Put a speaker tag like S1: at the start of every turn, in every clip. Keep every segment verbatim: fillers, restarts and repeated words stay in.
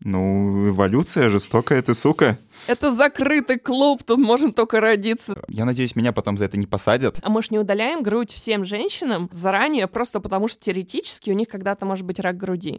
S1: Ну, эволюция, жестокая ты сука.
S2: Это закрытый клуб, тут можно только родиться.
S1: Я надеюсь, меня потом за это не посадят.
S2: А мы ж не удаляем грудь всем женщинам заранее, просто потому что теоретически у них когда-то может быть рак груди.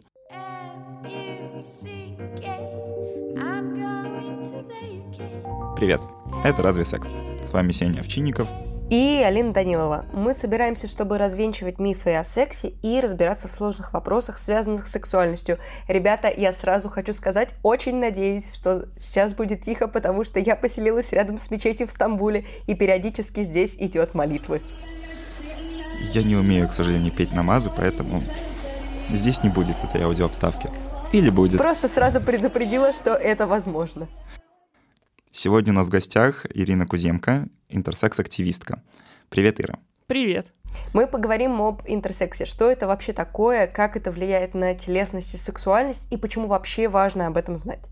S1: Привет, это «Разве секс?». С вами Сеня Овчинников
S3: и Алина Данилова. Мы собираемся, чтобы развенчивать мифы о сексе и разбираться в сложных вопросах, связанных с сексуальностью. Ребята, я сразу хочу сказать, очень надеюсь, что сейчас будет тихо, потому что я поселилась рядом с мечетью в Стамбуле, и периодически здесь идет молитвы.
S1: Я не умею, к сожалению, петь намазы, поэтому здесь не будет этой аудиовставки. Или будет.
S3: Просто сразу предупредила, что это возможно.
S1: Сегодня у нас в гостях Ирина Куземко, интерсекс-активистка. Привет, Ира.
S2: Привет.
S3: Мы поговорим об интерсексе. Что это вообще такое, как это влияет на телесность и сексуальность, и почему вообще важно об этом знать.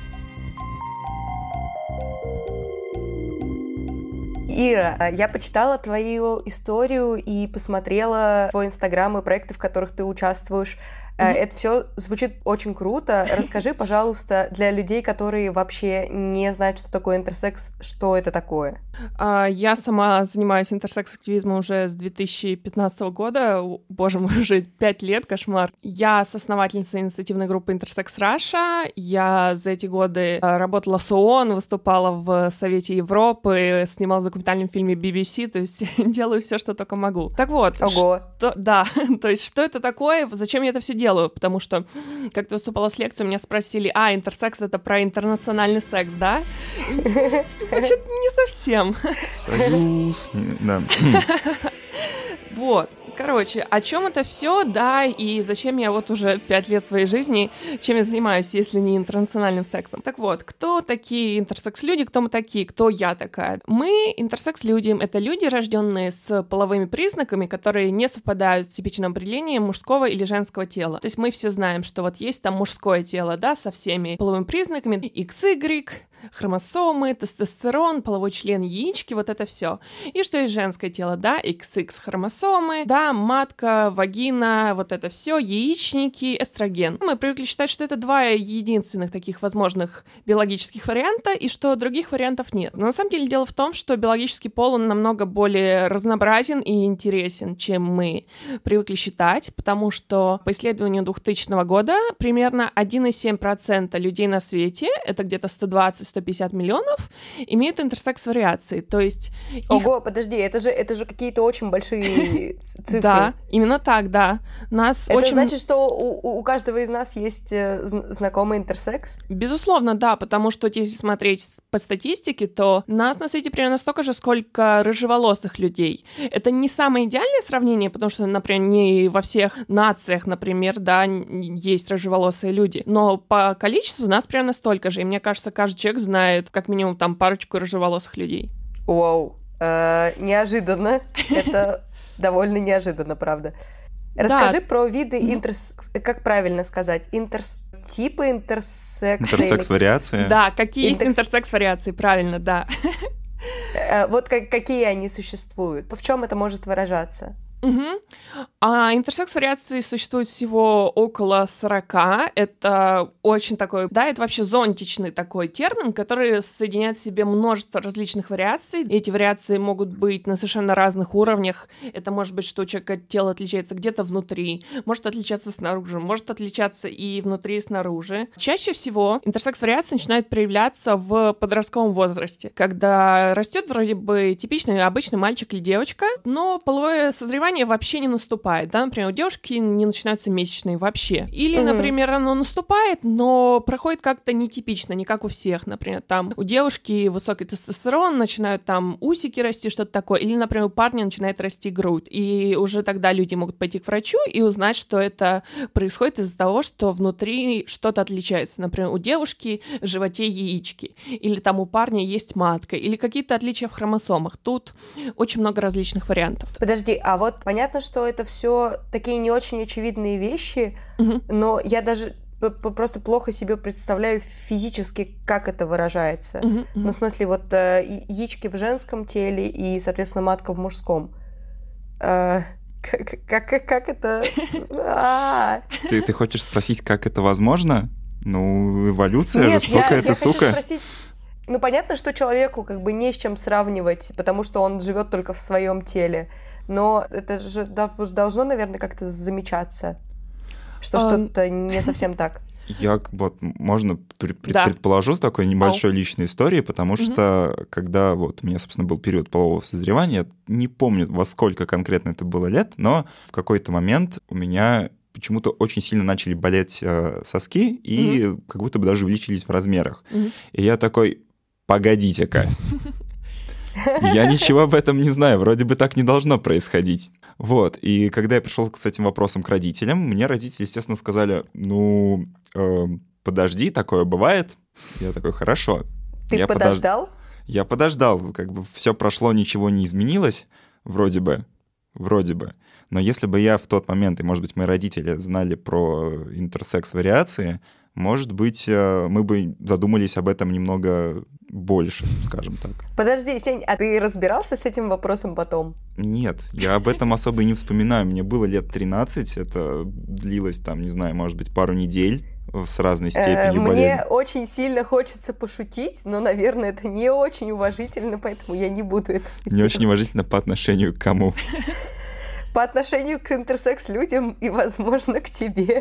S3: Ира, я почитала твою историю и посмотрела твой инстаграм и проекты, в которых ты участвуешь. Mm-hmm. Это все звучит очень круто. Расскажи, пожалуйста, для людей, которые вообще не знают, что такое интерсекс, что это такое?
S2: Я сама занимаюсь интерсекс-активизмом уже с две тысячи пятнадцатого года. Боже мой, уже пять лет, кошмар. Я соосновательница инициативной группы Intersex Russia. Я за эти годы работала с ООН, выступала в Совете Европы, снималась в документальном фильме би би си, то есть делаю все, что только могу. Так вот.
S3: Ого.
S2: Что, да, то есть что это такое, зачем я это все делаю? Потому что, как ты выступала с лекцией, меня спросили, а, интерсекс — это про интернациональный секс, да? Значит, не совсем.
S1: Союз, да.
S2: Вот. Короче, о чем это все, да, и зачем я вот уже пять лет своей жизни, чем я занимаюсь, если не интернациональным сексом. Так вот, кто такие интерсекс-люди, кто мы такие, кто я такая? Мы, интерсекс-люди, это люди, рожденные с половыми признаками, которые не совпадают с типичным определением мужского или женского тела. То есть мы все знаем, что вот есть там мужское тело, да, со всеми половыми признаками, икс игрек, хромосомы, тестостерон, половой член, яички, вот это все. И что есть женское тело, да, икс икс хромосомы, да, матка, вагина, вот это все, яичники, эстроген. Мы привыкли считать, что это два единственных таких возможных биологических варианта, и что других вариантов нет. Но на самом деле дело в том, что биологический пол, он намного более разнообразен и интересен, чем мы привыкли считать, потому что по исследованию двухтысячного года примерно один целых семь десятых процента людей на свете, это где-то сто двадцать - сто пятьдесят миллионов, имеют интерсекс-вариации, то есть...
S3: Ого,
S2: их...
S3: подожди, это же, это же какие-то очень большие цифры.
S2: Да, именно так, да. Нас
S3: это
S2: очень...
S3: значит, что у, у каждого из нас есть знакомый интерсекс?
S2: Безусловно, да, потому что если смотреть по статистике, то нас на свете примерно столько же, сколько рыжеволосых людей. Это не самое идеальное сравнение, потому что, например, не во всех нациях, например, да, есть рыжеволосые люди, но по количеству нас примерно столько же, и мне кажется, каждый человек знает как минимум там парочку рыжеволосых людей.
S3: Вау, э, неожиданно. Это довольно неожиданно, правда. Расскажи да. про виды интерс... Как правильно сказать? Интерс... Типы интерсекса.
S1: Интерсекс-вариации.
S2: Или... Да, какие
S3: Интерс...
S2: есть интерсекс-вариации, правильно, да.
S3: Вот как, какие они существуют? В чем это может выражаться?
S2: Угу. А интерсекс-вариаций существует всего около сорока. Это очень такой... Да, это вообще зонтичный такой термин, который соединяет в себе множество различных вариаций. Эти вариации могут быть на совершенно разных уровнях. Это может быть, что у человека тело отличается где-то внутри, может отличаться снаружи, может отличаться и внутри, и снаружи. Чаще всего интерсекс-вариации начинают проявляться в подростковом возрасте, когда растет вроде бы типичный обычный мальчик или девочка, но половое созревание вообще не наступает, да, например, у девушки не начинаются месячные вообще. Или, mm-hmm. например, оно наступает, но проходит как-то нетипично, не как у всех, например, там у девушки высокий тестостерон, начинают там усики расти, что-то такое, или, например, у парня начинает расти грудь, и уже тогда люди могут пойти к врачу и узнать, что это происходит из-за того, что внутри что-то отличается, например, у девушки в животе яички, или там у парня есть матка, или какие-то отличия в хромосомах. Тут очень много различных вариантов.
S3: Подожди, а вот понятно, что это все такие не очень очевидные вещи,
S2: угу.
S3: но я даже просто плохо себе представляю физически, как это выражается.
S2: Uh-huh, uh-huh.
S3: Ну, в смысле, вот э, яички в женском теле и, соответственно, матка в мужском. Э, как, как, как это...
S1: Ты, ты хочешь спросить, как это возможно? Ну, эволюция,
S3: Нет,
S1: жестокая
S3: я,
S1: ты
S3: я
S1: сука.
S3: хочу спросить, ну, понятно, что человеку как бы не с чем сравнивать, потому что он живет только в своем теле, но это же должно, наверное, как-то замечаться, что а... что-то не совсем так.
S1: Я вот, можно пред,
S2: да.
S1: предположу с такой небольшой oh. личной историей, потому mm-hmm. что когда вот у меня, собственно, был период полового созревания, не помню, во сколько конкретно это было лет, но в какой-то момент у меня почему-то очень сильно начали болеть э, соски и mm-hmm. как будто бы даже увеличились в размерах. Mm-hmm. И я такой, погодите-ка, я ничего об этом не знаю, вроде бы так не должно происходить. Вот, и когда я пришел с этим вопросом к родителям, мне родители, естественно, сказали, ну, э, подожди, такое бывает. Я такой, хорошо.
S3: Ты
S1: я
S3: подождал?
S1: Подож... Я подождал, как бы все прошло, ничего не изменилось, вроде бы, вроде бы. Но если бы я в тот момент, и, может быть, мои родители знали про интерсекс-вариации, может быть, мы бы задумались об этом немного больше, скажем так.
S3: Подожди, Сень, а ты разбирался с этим вопросом потом?
S1: Нет, я об этом особо и не вспоминаю. Мне было лет тринадцать, это длилось там, не знаю, может быть, пару недель с разной степенью
S3: Мне
S1: болезни.
S3: Мне очень сильно хочется пошутить, но, наверное, это не очень уважительно, поэтому я не буду это делать.
S1: Не очень уважительно по отношению к кому?
S3: По отношению к интерсекс-людям и, возможно, к тебе.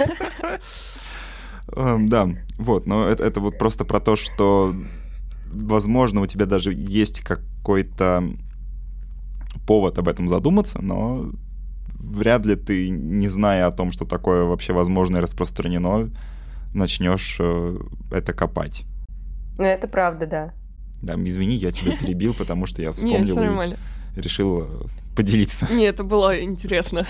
S1: Um, да, вот, но это, это вот просто про то, что, возможно, у тебя даже есть какой-то повод об этом задуматься, но вряд ли ты, не зная о том, что такое вообще возможно и распространено, начнешь э, это копать.
S3: Ну, это правда, да.
S1: Да, извини, я тебя перебил, потому что я вспомнил
S2: Нет,
S1: и решил поделиться.
S2: Нет, это было интересно.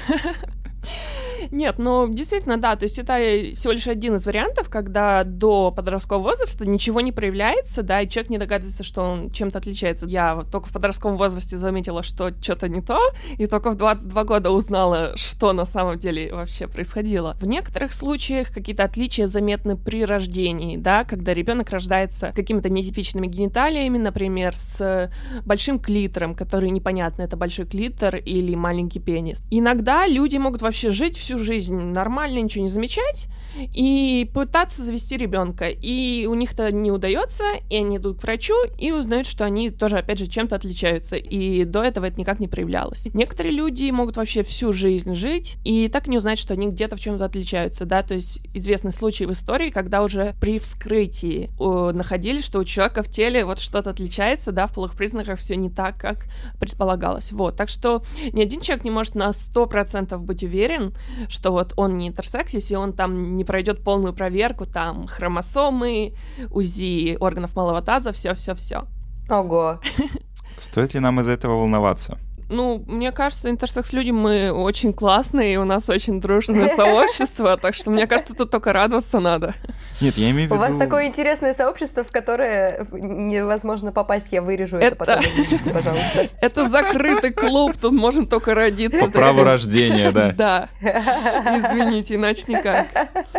S2: Нет, ну, действительно, да, то есть это всего лишь один из вариантов, когда до подросткового возраста ничего не проявляется, да, и человек не догадывается, что он чем-то отличается. Я вот только в подростковом возрасте заметила, что что-то не то, и только в двадцать два года узнала, что на самом деле вообще происходило. В некоторых случаях какие-то отличия заметны при рождении, да, когда ребенок рождается с какими-то нетипичными гениталиями, например, с большим клитором, который непонятно, это большой клитор или маленький пенис. Иногда люди могут вообще жить всю жизнь нормально, ничего не замечать, и пытаться завести ребенка. И у них-то не удается, и они идут к врачу и узнают, что они тоже, опять же, чем-то отличаются. И до этого это никак не проявлялось. Некоторые люди могут вообще всю жизнь жить и так не узнать, что они где-то в чем-то отличаются, да, то есть известный случай в истории, когда уже при вскрытии о, находили, что у человека в теле вот что-то отличается, да, в половых признаках все не так, как предполагалось. Вот, так что ни один человек не может на сто процентов быть уверен, что вот он не интерсекс, если он там не пройдет полную проверку, там хромосомы, УЗИ органов малого таза, все-все-все.
S3: Ого.
S1: Стоит ли нам из-за этого волноваться?
S2: Ну, мне кажется, интерсекс-люди, мы очень классные, и у нас очень дружное сообщество, так что, мне кажется, тут только радоваться надо.
S1: Нет, я имею в виду...
S3: У вас такое интересное сообщество, в которое невозможно попасть, я вырежу это, это потом, извините, пожалуйста.
S2: Это закрытый клуб, тут можно только родиться.
S1: По праву рождения, да.
S2: Да. Извините, иначе никак.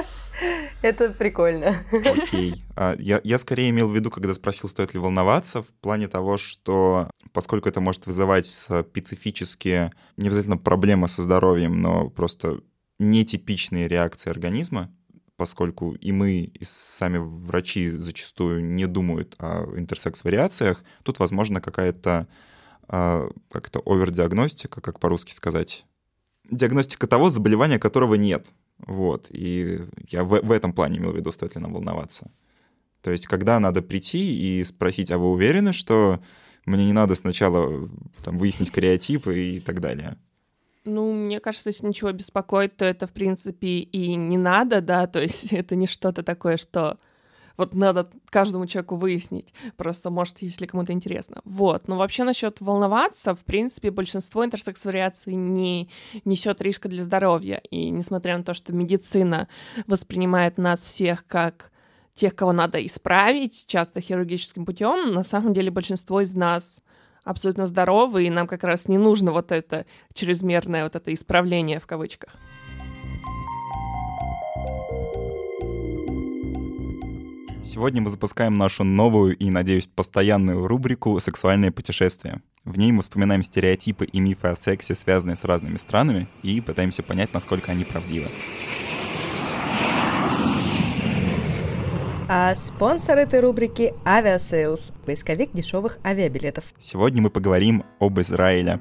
S3: Это прикольно.
S1: Окей. А я, я скорее имел в виду, когда спросил, стоит ли волноваться, в плане того, что поскольку это может вызывать специфические, не обязательно проблемы со здоровьем, но просто нетипичные реакции организма, поскольку и мы, и сами врачи зачастую не думают о интерсекс-вариациях, тут, возможно, какая-то как-то овердиагностика, как по-русски сказать, диагностика того заболевания, которого нет. Вот, и я в, в этом плане имел в виду, стоит ли нам волноваться. То есть, когда надо прийти и спросить, а вы уверены, что мне не надо сначала там, выяснить кариотип и так далее?
S2: Ну, мне кажется, если ничего беспокоит, то это, в принципе, и не надо, да, то есть это не что-то такое, что вот надо каждому человеку выяснить, просто, может, если кому-то интересно. Вот, но вообще насчет волноваться, в принципе, большинство интерсекс-вариаций не несет риска для здоровья, и несмотря на то, что медицина воспринимает нас всех как тех, кого надо исправить, часто хирургическим путем, на самом деле большинство из нас абсолютно здоровы, и нам как раз не нужно вот это чрезмерное вот это исправление в кавычках.
S1: Сегодня мы запускаем нашу новую и, надеюсь, постоянную рубрику «Сексуальные путешествия». В ней мы вспоминаем стереотипы и мифы о сексе, связанные с разными странами, и пытаемся понять, насколько они правдивы.
S3: А спонсор этой рубрики — Aviasales, поисковик дешевых авиабилетов.
S1: Сегодня мы поговорим об Израиле.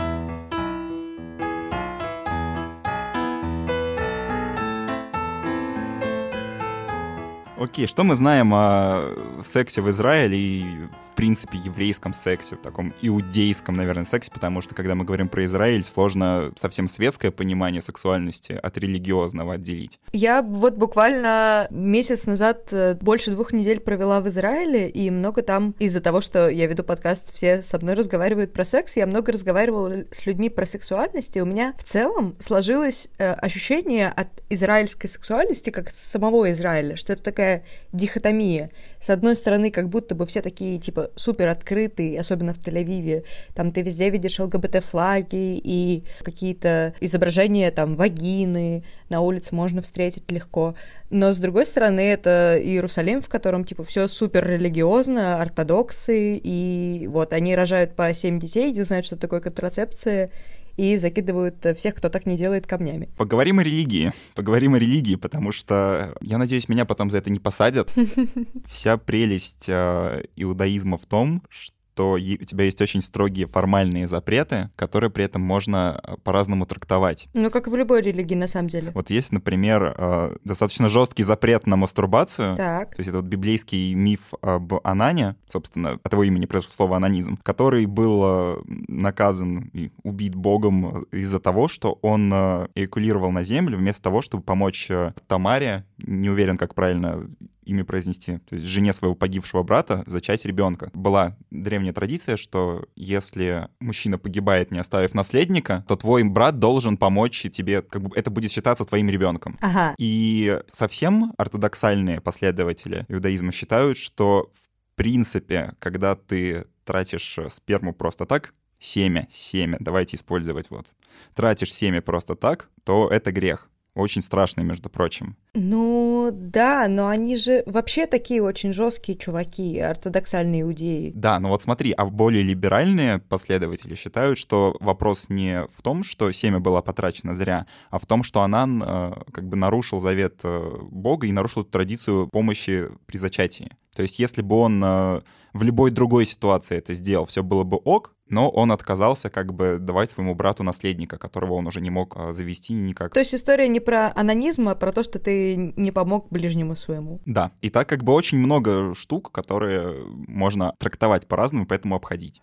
S1: Окей, что мы знаем о сексе в Израиле и, в принципе, еврейском сексе, в таком иудейском, наверное, сексе, потому что, когда мы говорим про Израиль, сложно совсем светское понимание сексуальности от религиозного отделить.
S3: Я вот буквально месяц назад больше двух недель провела в Израиле, и много там, из-за того, что я веду подкаст, все со мной разговаривают про секс, я много разговаривала с людьми про сексуальность, и у меня в целом сложилось э, ощущение от израильской сексуальности, как от самого Израиля, что это такая дихотомия. С одной стороны, как будто бы все такие, типа, супер открытые, особенно в Тель-Авиве. Там ты везде видишь ЛГБТ-флаги и какие-то изображения, там, вагины на улице можно встретить легко. Но, с другой стороны, это Иерусалим, в котором, типа, все супер религиозно, ортодоксы, и вот они рожают по семь детей, не знают, что такое контрацепция, и закидывают всех, кто так не делает, камнями.
S1: Поговорим о религии. Поговорим о религии, потому что, я надеюсь, меня потом за это не посадят. Вся прелесть э, иудаизма в том, что то у тебя есть очень строгие формальные запреты, которые при этом можно по-разному трактовать.
S3: Ну, как и в любой религии, на самом деле.
S1: Вот есть, например, достаточно жесткий запрет на мастурбацию.
S3: Так.
S1: То есть это вот библейский миф об Анане, собственно, от его имени произошло слово анонизм, который был наказан и убит Богом из-за того, что он эякулировал на землю вместо того, чтобы помочь Тамаре, не уверен, как правильно имя произнести, то есть жене своего погибшего брата, зачать ребенка. Была древняя традиция, что если мужчина погибает, не оставив наследника, то твой брат должен помочь тебе, как бы это будет считаться твоим ребенком.
S3: Ага.
S1: И совсем ортодоксальные последователи иудаизма считают, что в принципе, когда ты тратишь сперму просто так, семя, семя, давайте использовать вот, тратишь семя просто так, то это грех. Очень страшный, между прочим.
S3: Ну, да, но они же вообще такие очень жесткие чуваки, ортодоксальные иудеи.
S1: Да, но вот смотри, а более либеральные последователи считают, что вопрос не в том, что семя было потрачено зря, а в том, что Анан э, как бы нарушил завет э, Бога и нарушил традицию помощи при зачатии. То есть если бы он э, в любой другой ситуации это сделал, все было бы ок, но он отказался как бы давать своему брату наследника, которого он уже не мог а, завести никак.
S3: То есть история не про анонизм, а про то, что ты не помог ближнему своему.
S1: Да, и так как бы очень много штук, которые можно трактовать по-разному, поэтому обходить.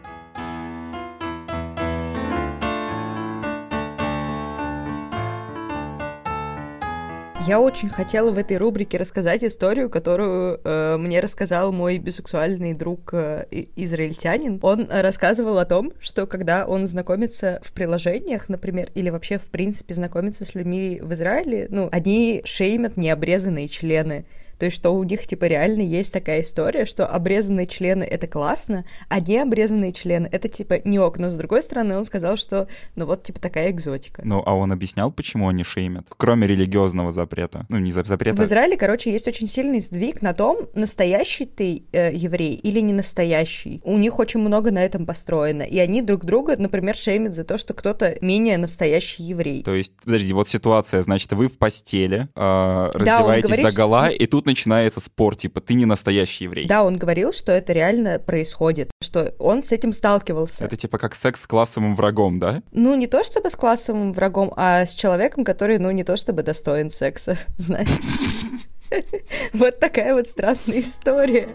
S3: Я очень хотела в этой рубрике рассказать историю, которую э, мне рассказал мой бисексуальный друг э, израильтянин. Он рассказывал о том, что когда он знакомится в приложениях, например, или вообще в принципе знакомится с людьми в Израиле, ну, они шеймят необрезанные члены. То есть, что у них, типа, реально есть такая история, что обрезанные члены — это классно, а необрезанные члены — это, типа, не ок. Но, с другой стороны, он сказал, что, ну, вот, типа, такая экзотика.
S1: Ну, а он объяснял, почему они шеймят? Кроме религиозного запрета. Ну, не запрета.
S3: В Израиле, короче, есть очень сильный сдвиг на том, настоящий ты э, еврей или не настоящий. У них очень много на этом построено. И они друг друга, например, шеймят за то, что кто-то менее настоящий еврей.
S1: То есть, подожди, вот ситуация, значит, вы в постели, э, раздеваетесь да, догола, что... и тут начинается спор, типа, ты не настоящий еврей.
S3: Да, он говорил, что это реально происходит, что он с этим сталкивался.
S1: Это типа как секс с классовым врагом, да?
S3: Ну, не то чтобы с классовым врагом, а с человеком, который, ну, не то чтобы достоин секса, знаешь. Вот такая вот странная история.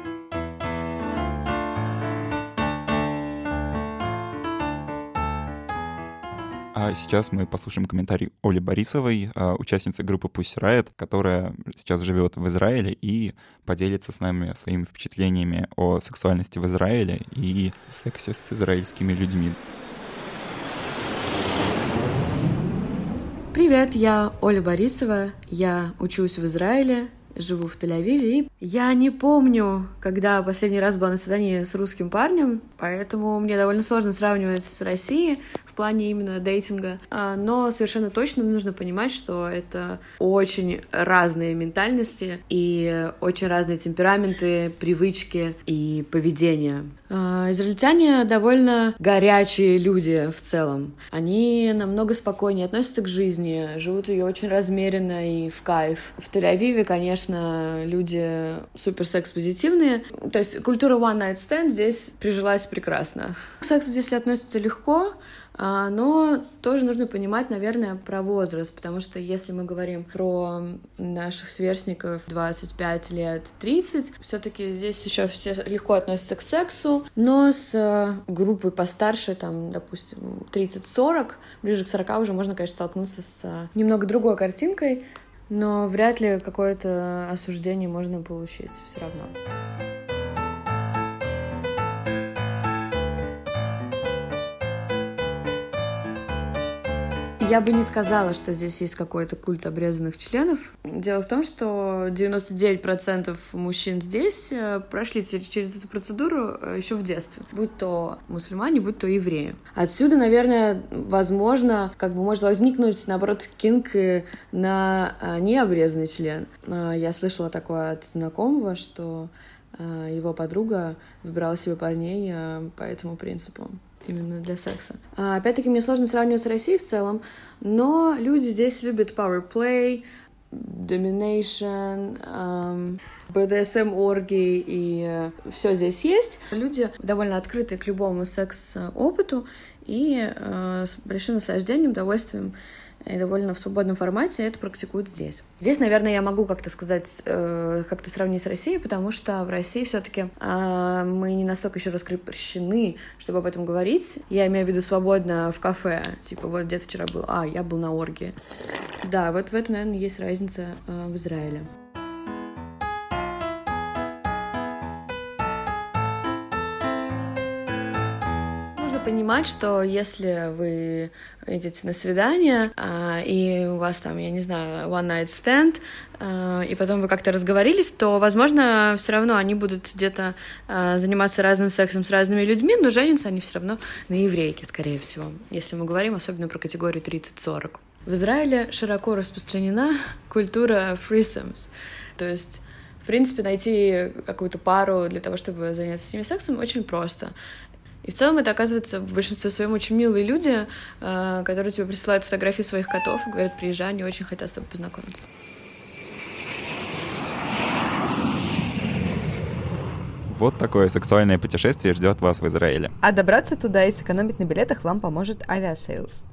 S1: А сейчас мы послушаем комментарий Оли Борисовой, участницы группы Pussy Riot, которая сейчас живет в Израиле и поделится с нами своими впечатлениями о сексуальности в Израиле и сексе с израильскими людьми.
S4: Привет, я Оля Борисова, я учусь в Израиле, живу в Тель-Авиве. Я не помню, когда последний раз была на свидании с русским парнем, поэтому мне довольно сложно сравнивать с Россией в плане именно дейтинга. Но совершенно точно нужно понимать, что это очень разные ментальности и очень разные темпераменты, привычки и поведение. Израильтяне довольно горячие люди в целом. Они намного спокойнее относятся к жизни, живут ее очень размеренно и в кайф. В Тель-Авиве, конечно, люди супер секс-позитивные. То есть культура one night stand здесь прижилась прекрасно. К сексу здесь относятся легко, но тоже нужно понимать, наверное, про возраст, потому что если мы говорим про наших сверстников двадцать пять лет, тридцать, все-таки здесь еще все легко относятся к сексу, но с группой постарше, там, допустим, тридцать-сорок, ближе к сорока уже можно, конечно, столкнуться с немного другой картинкой, но вряд ли какое-то осуждение можно получить все равно. Я бы не сказала, что здесь есть какой-то культ обрезанных членов. Дело в том, что девяносто девять процентов мужчин здесь прошли через эту процедуру еще в детстве. Будь то мусульмане, будь то евреи. Отсюда, наверное, возможно, как бы может возникнуть, наоборот, кинк на необрезанный член. Я слышала такое от знакомого, что его подруга выбирала себе парней по этому принципу. Именно для секса. А, опять-таки, мне сложно сравнивать с Россией в целом, но люди здесь любят power play, domination, эм, би ди эс эм-оргии, и э, все здесь есть. Люди довольно открыты к любому секс-опыту и э, с большим наслаждением, удовольствием и довольно в свободном формате это практикуют здесь. Здесь, наверное, я могу как-то сказать, э, как-то сравнить с Россией, потому что в России все-таки э, мы не настолько еще раскрепощены, чтобы об этом говорить. Я имею в виду свободно в кафе. Типа, вот где-то вчера был, а, я был на оргии. Да, вот в этом, наверное, есть разница э, в Израиле. Понимать, что если вы идете на свидание, а, и у вас там, я не знаю, one night stand, а, и потом вы как-то разговорились, то, возможно, все равно они будут где-то а, заниматься разным сексом с разными людьми, но женятся они все равно на еврейке, скорее всего, если мы говорим особенно про категорию тридцать-сорок. В Израиле широко распространена культура threesomes, то есть в принципе, найти какую-то пару для того, чтобы заняться с ними сексом, очень просто. И в целом это, оказывается, в большинстве своем очень милые люди, которые тебе присылают фотографии своих котов и говорят, приезжай, они очень хотят с тобой познакомиться.
S1: Вот такое сексуальное путешествие ждет вас в Израиле.
S3: А добраться туда и сэкономить на билетах вам поможет Aviasales.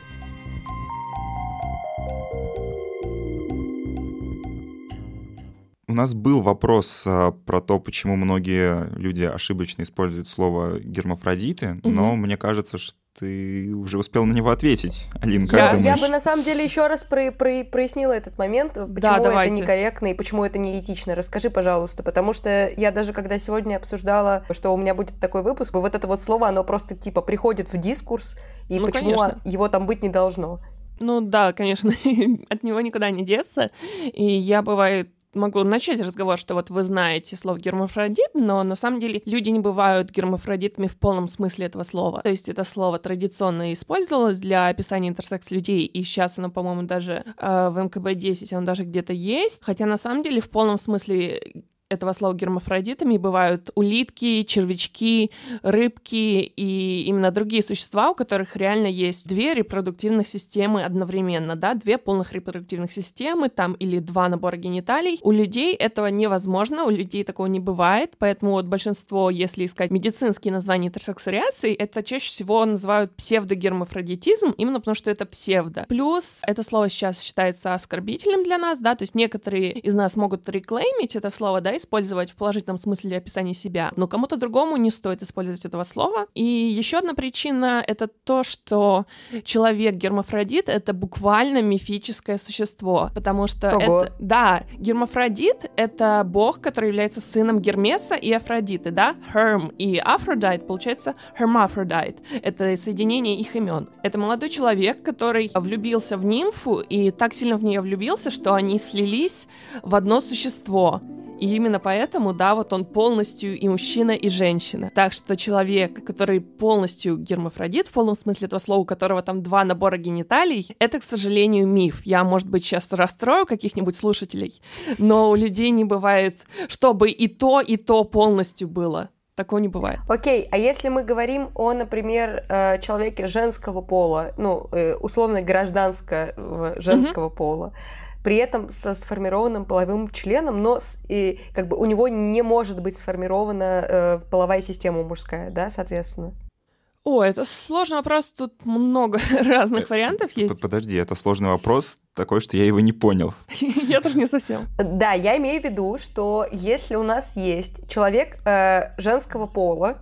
S1: У нас был вопрос а, про то, почему многие люди ошибочно используют слово гермафродиты, угу. но мне кажется, что ты уже успел на него ответить, Алин, как
S3: я,
S1: думаешь?
S3: Я бы на самом деле еще раз про, про, прояснила этот момент, почему да, это некорректно и почему это неэтично. Расскажи, пожалуйста, потому что я даже когда сегодня обсуждала, что у меня будет такой выпуск, вот это вот слово, оно просто типа приходит в дискурс, и ну, почему конечно. Его там быть не должно.
S2: Ну да, конечно, от него никуда не деться, и я, бывает, могу начать разговор, что вот вы знаете слово гермафродит, но на самом деле люди не бывают гермафродитами в полном смысле этого слова. То есть это слово традиционно использовалось для описания интерсекс-людей, и сейчас оно, по-моему, даже э, в эм ка бэ десять оно даже где-то есть, хотя на самом деле в полном смысле этого слова гермафродитами бывают улитки, червячки, рыбки и именно другие существа, у которых реально есть две репродуктивных системы одновременно, да, две полных репродуктивных системы, там, или два набора гениталий. У людей этого невозможно, у людей такого не бывает, поэтому вот большинство, если искать медицинские названия интерсекс-вариаций, это чаще всего называют псевдогермафродитизм, именно потому что это псевдо. Плюс это слово сейчас считается оскорбительным для нас, да, то есть некоторые из нас могут реклеймить это слово, да, использовать в положительном смысле для описания себя, но кому-то другому не стоит использовать этого слова. И еще одна причина — это то, что человек-гермафродит — это буквально мифическое существо, потому что
S3: Ого.
S2: это... Да, гермафродит — это бог, который является сыном Гермеса и Афродиты, да? Herm и Aphrodite, получается Hermaphrodite. Это соединение их имен. Это молодой человек, который влюбился в нимфу и так сильно в нее влюбился, что они слились в одно существо. И именно поэтому, да, вот он полностью и мужчина, и женщина. Так что человек, который полностью гермафродит, в полном смысле этого слова, у которого там два набора гениталий, это, к сожалению, миф. Я, может быть, сейчас расстрою каких-нибудь слушателей, но у людей не бывает, чтобы и то, и то полностью было. Такого не бывает.
S3: Окей, а если мы говорим о, например, человеке женского пола, ну, условно гражданского женского mm-hmm. пола, при этом со сформированным половым членом, но с, и, как бы у него не может быть сформирована э, половая система мужская, да, соответственно?
S2: О, это сложный вопрос, тут много разных вариантов есть.
S1: Подожди, это сложный вопрос такой, что я его не понял.
S2: Я тоже не совсем.
S3: Да, я имею в виду, что если у нас есть человек э, женского пола,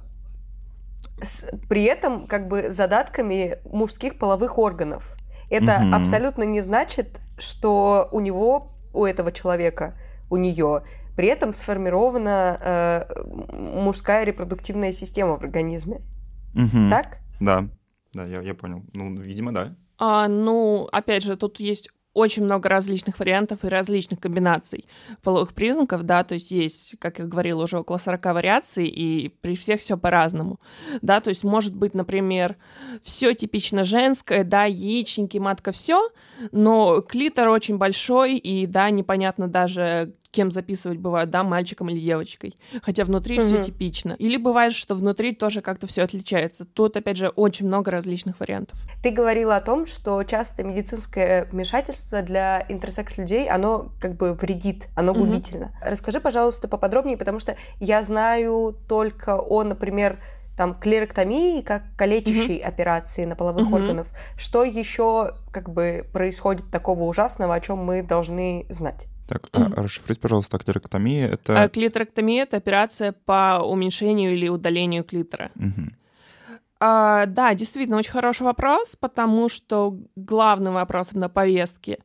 S3: с, при этом как бы задатками мужских половых органов, это угу. абсолютно не значит, что у него, у этого человека, у нее при этом сформирована э, мужская репродуктивная система в организме.
S1: Угу.
S3: Так?
S1: Да, да, я, я понял. Ну, видимо, да.
S2: А, ну, опять же, тут есть очень много различных вариантов и различных комбинаций половых признаков, да, то есть есть, как я говорила, уже около сорока вариаций, и при всех все по-разному, да, то есть может быть, например, все типично женское, да, яичники, матка, все, но клитор очень большой, и, да, непонятно даже, кем записывать бывает, да, мальчиком или девочкой, хотя внутри mm-hmm. все типично. Или бывает, что внутри тоже как-то все отличается. Тут, опять же, очень много различных вариантов.
S3: Ты говорила о том, что часто медицинское вмешательство для интерсекс-людей, оно как бы вредит, оно mm-hmm. губительно. Расскажи, пожалуйста, поподробнее, потому что я знаю только о, например, там, клирэктомии, как калечащей mm-hmm. операции на половых mm-hmm. органах. Что еще как бы происходит такого ужасного, о чем мы должны знать?
S1: Так, mm-hmm. а, расшифруйте, пожалуйста, клирэктомия — это...
S2: А, клиторэктомия — это операция по уменьшению или удалению клитора.
S1: Mm-hmm.
S2: А, да, действительно, очень хороший вопрос, потому что главным вопросом на повестке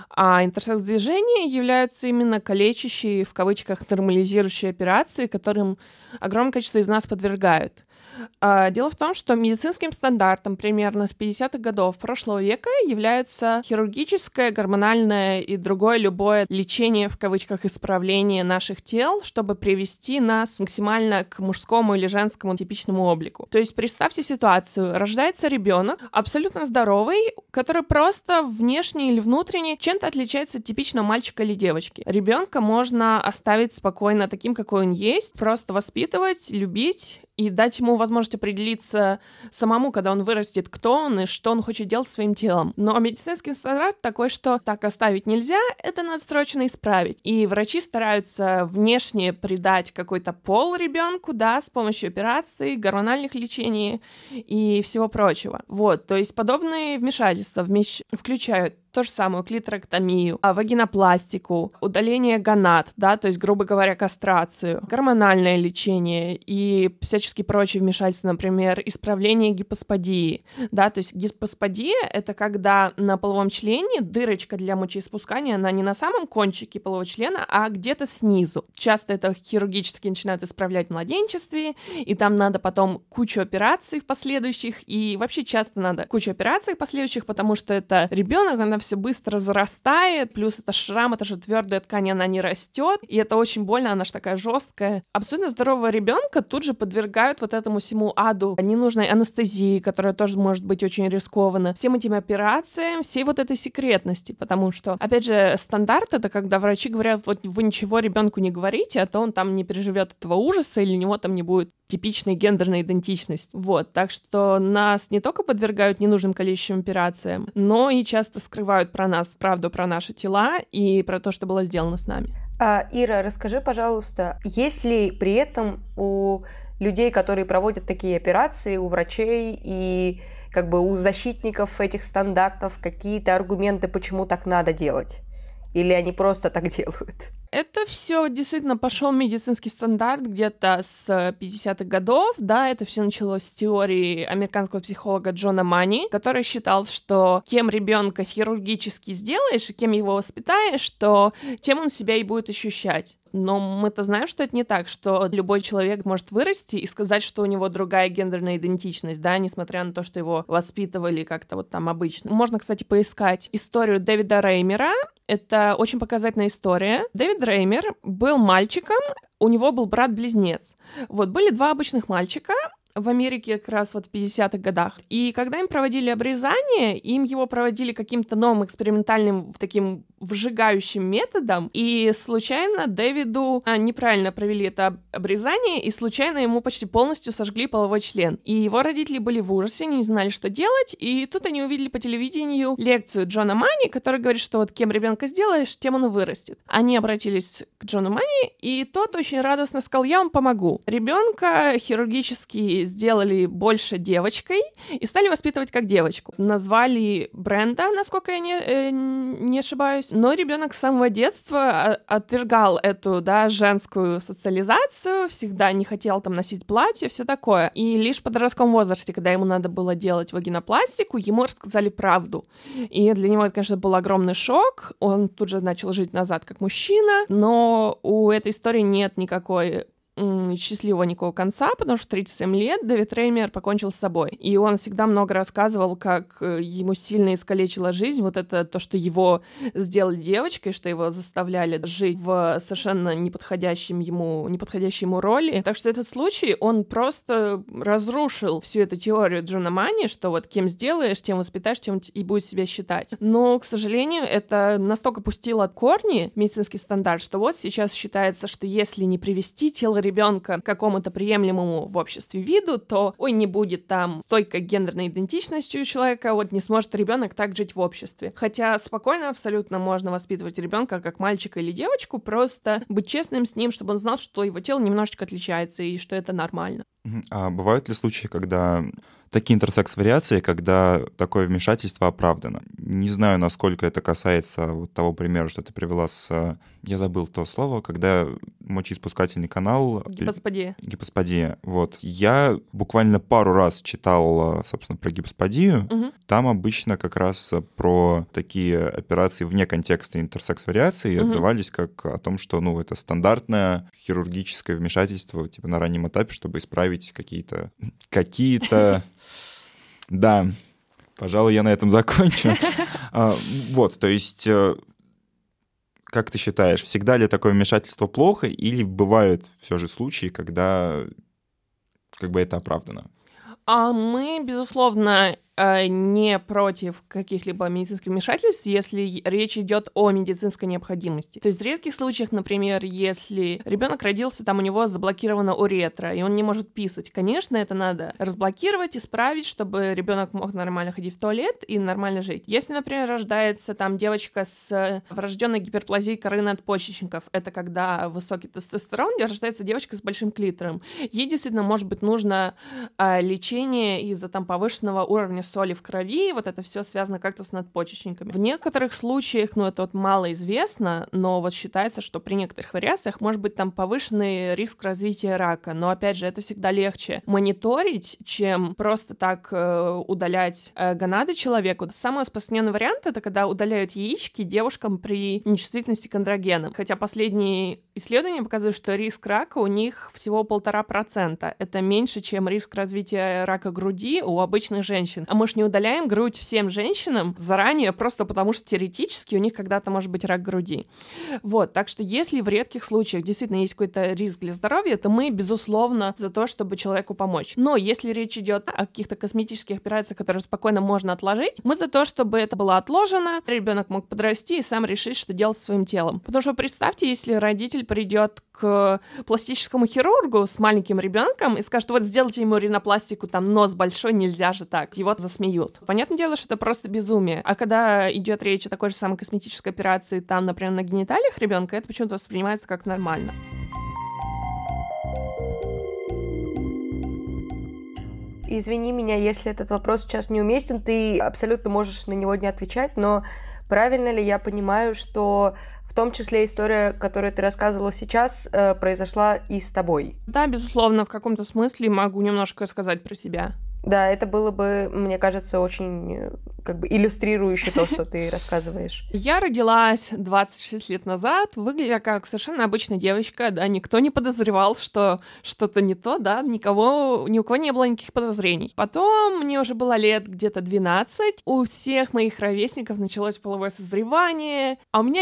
S2: а интерсекс-движения являются именно калечащие, в кавычках, нормализирующие операции, которым огромное количество из нас подвергают. Дело в том, что медицинским стандартом примерно с пятидесятых годов прошлого века является хирургическое, гормональное и другое любое лечение, в кавычках, исправление наших тел, чтобы привести нас максимально к мужскому или женскому типичному облику. То есть представьте ситуацию. Рождается ребенок, абсолютно здоровый, который просто внешне или внутренне чем-то отличается от типичного мальчика или девочки. Ребенка можно оставить спокойно таким, какой он есть, просто воспитывать, любить и дать ему возможность определиться самому, когда он вырастет, кто он и что он хочет делать своим телом. Но медицинский стандарт такой, что так оставить нельзя, это надо срочно исправить. И врачи стараются внешне придать какой-то пол ребенку, да, с помощью операций, гормональных лечений и всего прочего. Вот, то есть подобные вмешательства вмещ... включают то же самое клиторэктомию, вагинопластику, удаление гонад, да, то есть, грубо говоря, кастрацию, гормональное лечение и всяческие прочие вмешательства, например, исправление гипосподии, да, то есть гипосподия — это когда на половом члене дырочка для мочеиспускания, она не на самом кончике полового члена, а где-то снизу. Часто это хирургически начинают исправлять в младенчестве, и там надо потом кучу операций в последующих, и вообще часто надо кучу операций последующих, потому что это ребенок, она все быстро зарастает, плюс это шрам, это же твердая ткань, она не растет, и это очень больно, она же такая жесткая. Абсолютно здорового ребенка тут же подвергают вот этому всему аду ненужной анестезии, которая тоже может быть очень рискованна, всем этим операциям, всей вот этой секретности, потому что, опять же, стандарт — это когда врачи говорят, вот вы ничего ребенку не говорите, а то он там не переживет этого ужаса, или у него там не будет типичной гендерной идентичности. Вот, так что нас не только подвергают ненужным количеством операциям, но и часто скрывают про нас правду про наши тела и про то, что было сделано с нами.
S3: А, Ира, расскажи, пожалуйста, есть ли при этом у людей, которые проводят такие операции, у врачей и как бы у защитников этих стандартов какие-то аргументы, почему так надо делать? Или они просто так делают?
S2: Это все действительно пошел медицинский стандарт где-то с пятидесятых годов, да, это все началось с теории американского психолога Джона Мани, который считал, что кем ребенка хирургически сделаешь и кем его воспитаешь, то тем он себя и будет ощущать. Но мы-то знаем, что это не так, что любой человек может вырасти и сказать, что у него другая гендерная идентичность, да, несмотря на то, что его воспитывали как-то вот там обычно. Можно, кстати, поискать историю Дэвида Реймера. Это очень показательная история. Дэвид Реймер был мальчиком, у него был брат-близнец. Вот, были два обычных мальчика в Америке как раз вот в пятидесятых годах. И когда им проводили обрезание, им его проводили каким-то новым экспериментальным таким вжигающим методом, и случайно Дэвиду а, неправильно провели это обрезание, и случайно ему почти полностью сожгли половой член. И его родители были в ужасе, не знали, что делать, и тут они увидели по телевидению лекцию Джона Мани, который говорит, что вот кем ребенка сделаешь, тем он и вырастет. Они обратились к Джону Мани, и тот очень радостно сказал: я вам помогу. Ребенка хирургически сделали больше девочкой и стали воспитывать как девочку. Назвали Бренда, насколько я не, э, не ошибаюсь, но ребенок с самого детства отвергал эту, да, женскую социализацию, всегда не хотел там носить платье, все такое. И лишь в подростковом возрасте, когда ему надо было делать вагинопластику, ему рассказали правду. И для него это, конечно, был огромный шок. Он тут же начал жить назад как мужчина, но у этой истории нет никакой счастливого никакого конца, потому что в тридцать семь лет Дэвид Реймер покончил с собой. И он всегда много рассказывал, как ему сильно искалечила жизнь. Вот это то, что его сделали девочкой, что его заставляли жить в совершенно неподходящем ему, неподходящей ему роли. Так что этот случай, он просто разрушил всю эту теорию Джона Мани, что вот кем сделаешь, тем воспитаешь, тем и будет себя считать. Но, к сожалению, это настолько пустило корни медицинский стандарт, что вот сейчас считается, что если не привести тело ребенка к какому-то приемлемому в обществе виду, то, ой, не будет там стойкой гендерной идентичности у человека, вот не сможет ребенок так жить в обществе. Хотя спокойно абсолютно можно воспитывать ребенка как мальчика или девочку, просто быть честным с ним, чтобы он знал, что его тело немножечко отличается и что это нормально.
S1: А бывают ли случаи, когда такие интерсекс-вариации, когда такое вмешательство оправдано? Не знаю, насколько это касается вот того примера, что ты привела с... Я забыл то слово, когда мочеиспускательный канал...
S2: Гипосподия.
S1: Гипосподия, вот. Я буквально пару раз читал, собственно, про гипосподию.
S2: Угу.
S1: Там обычно как раз про такие операции вне контекста интерсекс-вариации угу. отзывались как о том, что, ну, это стандартное хирургическое вмешательство, типа, на раннем этапе, чтобы исправить какие-то... какие-то... Да, пожалуй, я на этом закончу. Вот, то есть, как ты считаешь, всегда ли такое вмешательство плохо, или бывают все же случаи, когда как бы это оправдано?
S2: А мы, безусловно, не против каких-либо медицинских вмешательств, если речь идет о медицинской необходимости. То есть в редких случаях, например, если ребенок родился, там у него заблокирована уретра, и он не может писать, конечно, это надо разблокировать, исправить, чтобы ребенок мог нормально ходить в туалет и нормально жить. Если, например, рождается там девочка с врожденной гиперплазией коры надпочечников, это когда высокий тестостерон, рождается девочка с большим клитором, ей действительно, может быть, нужно а, лечение из-за там повышенного уровня соли в крови, вот это все связано как-то с надпочечниками. В некоторых случаях, ну, это вот мало известно, но вот считается, что при некоторых вариациях может быть там повышенный риск развития рака, но, опять же, это всегда легче мониторить, чем просто так э, удалять э, гонады человеку. Самый распространенный вариант — это когда удаляют яички девушкам при нечувствительности к андрогенам, хотя последние исследования показывают, что риск рака у них всего полтора процента. Это меньше, чем риск развития рака груди у обычных женщин. А мы ж не удаляем грудь всем женщинам заранее, просто потому что теоретически у них когда-то может быть рак груди. Вот, так что если в редких случаях действительно есть какой-то риск для здоровья, то мы, безусловно, за то, чтобы человеку помочь. Но если речь идет о каких-то косметических операциях, которые спокойно можно отложить, мы за то, чтобы это было отложено, ребенок мог подрасти и сам решить, что делать со своим телом. Потому что представьте, если родитель придет к пластическому хирургу с маленьким ребенком и скажет: вот сделайте ему ринопластику, там нос большой, нельзя же так. Его засмеют. Понятное дело, что это просто безумие. А когда идет речь о такой же самой косметической операции, там, например, на гениталиях ребенка, это почему-то воспринимается как нормально.
S3: Извини меня, если этот вопрос сейчас неуместен, ты абсолютно можешь на него не отвечать, но правильно ли я понимаю, что в том числе история, которую ты рассказывала сейчас, э, произошла и с тобой?
S2: Да, безусловно, в каком-то смысле могу немножко сказать про себя.
S3: Да, это было бы, мне кажется, очень как бы иллюстрирующе то, что ты рассказываешь.
S2: Я родилась двадцать шесть лет назад, выглядя как совершенно обычная девочка, да, никто не подозревал, что что-то не то, да, никого, ни у кого не было никаких подозрений. Потом мне уже было лет где-то двенадцать, у всех моих ровесников началось половое созревание, а у меня нет.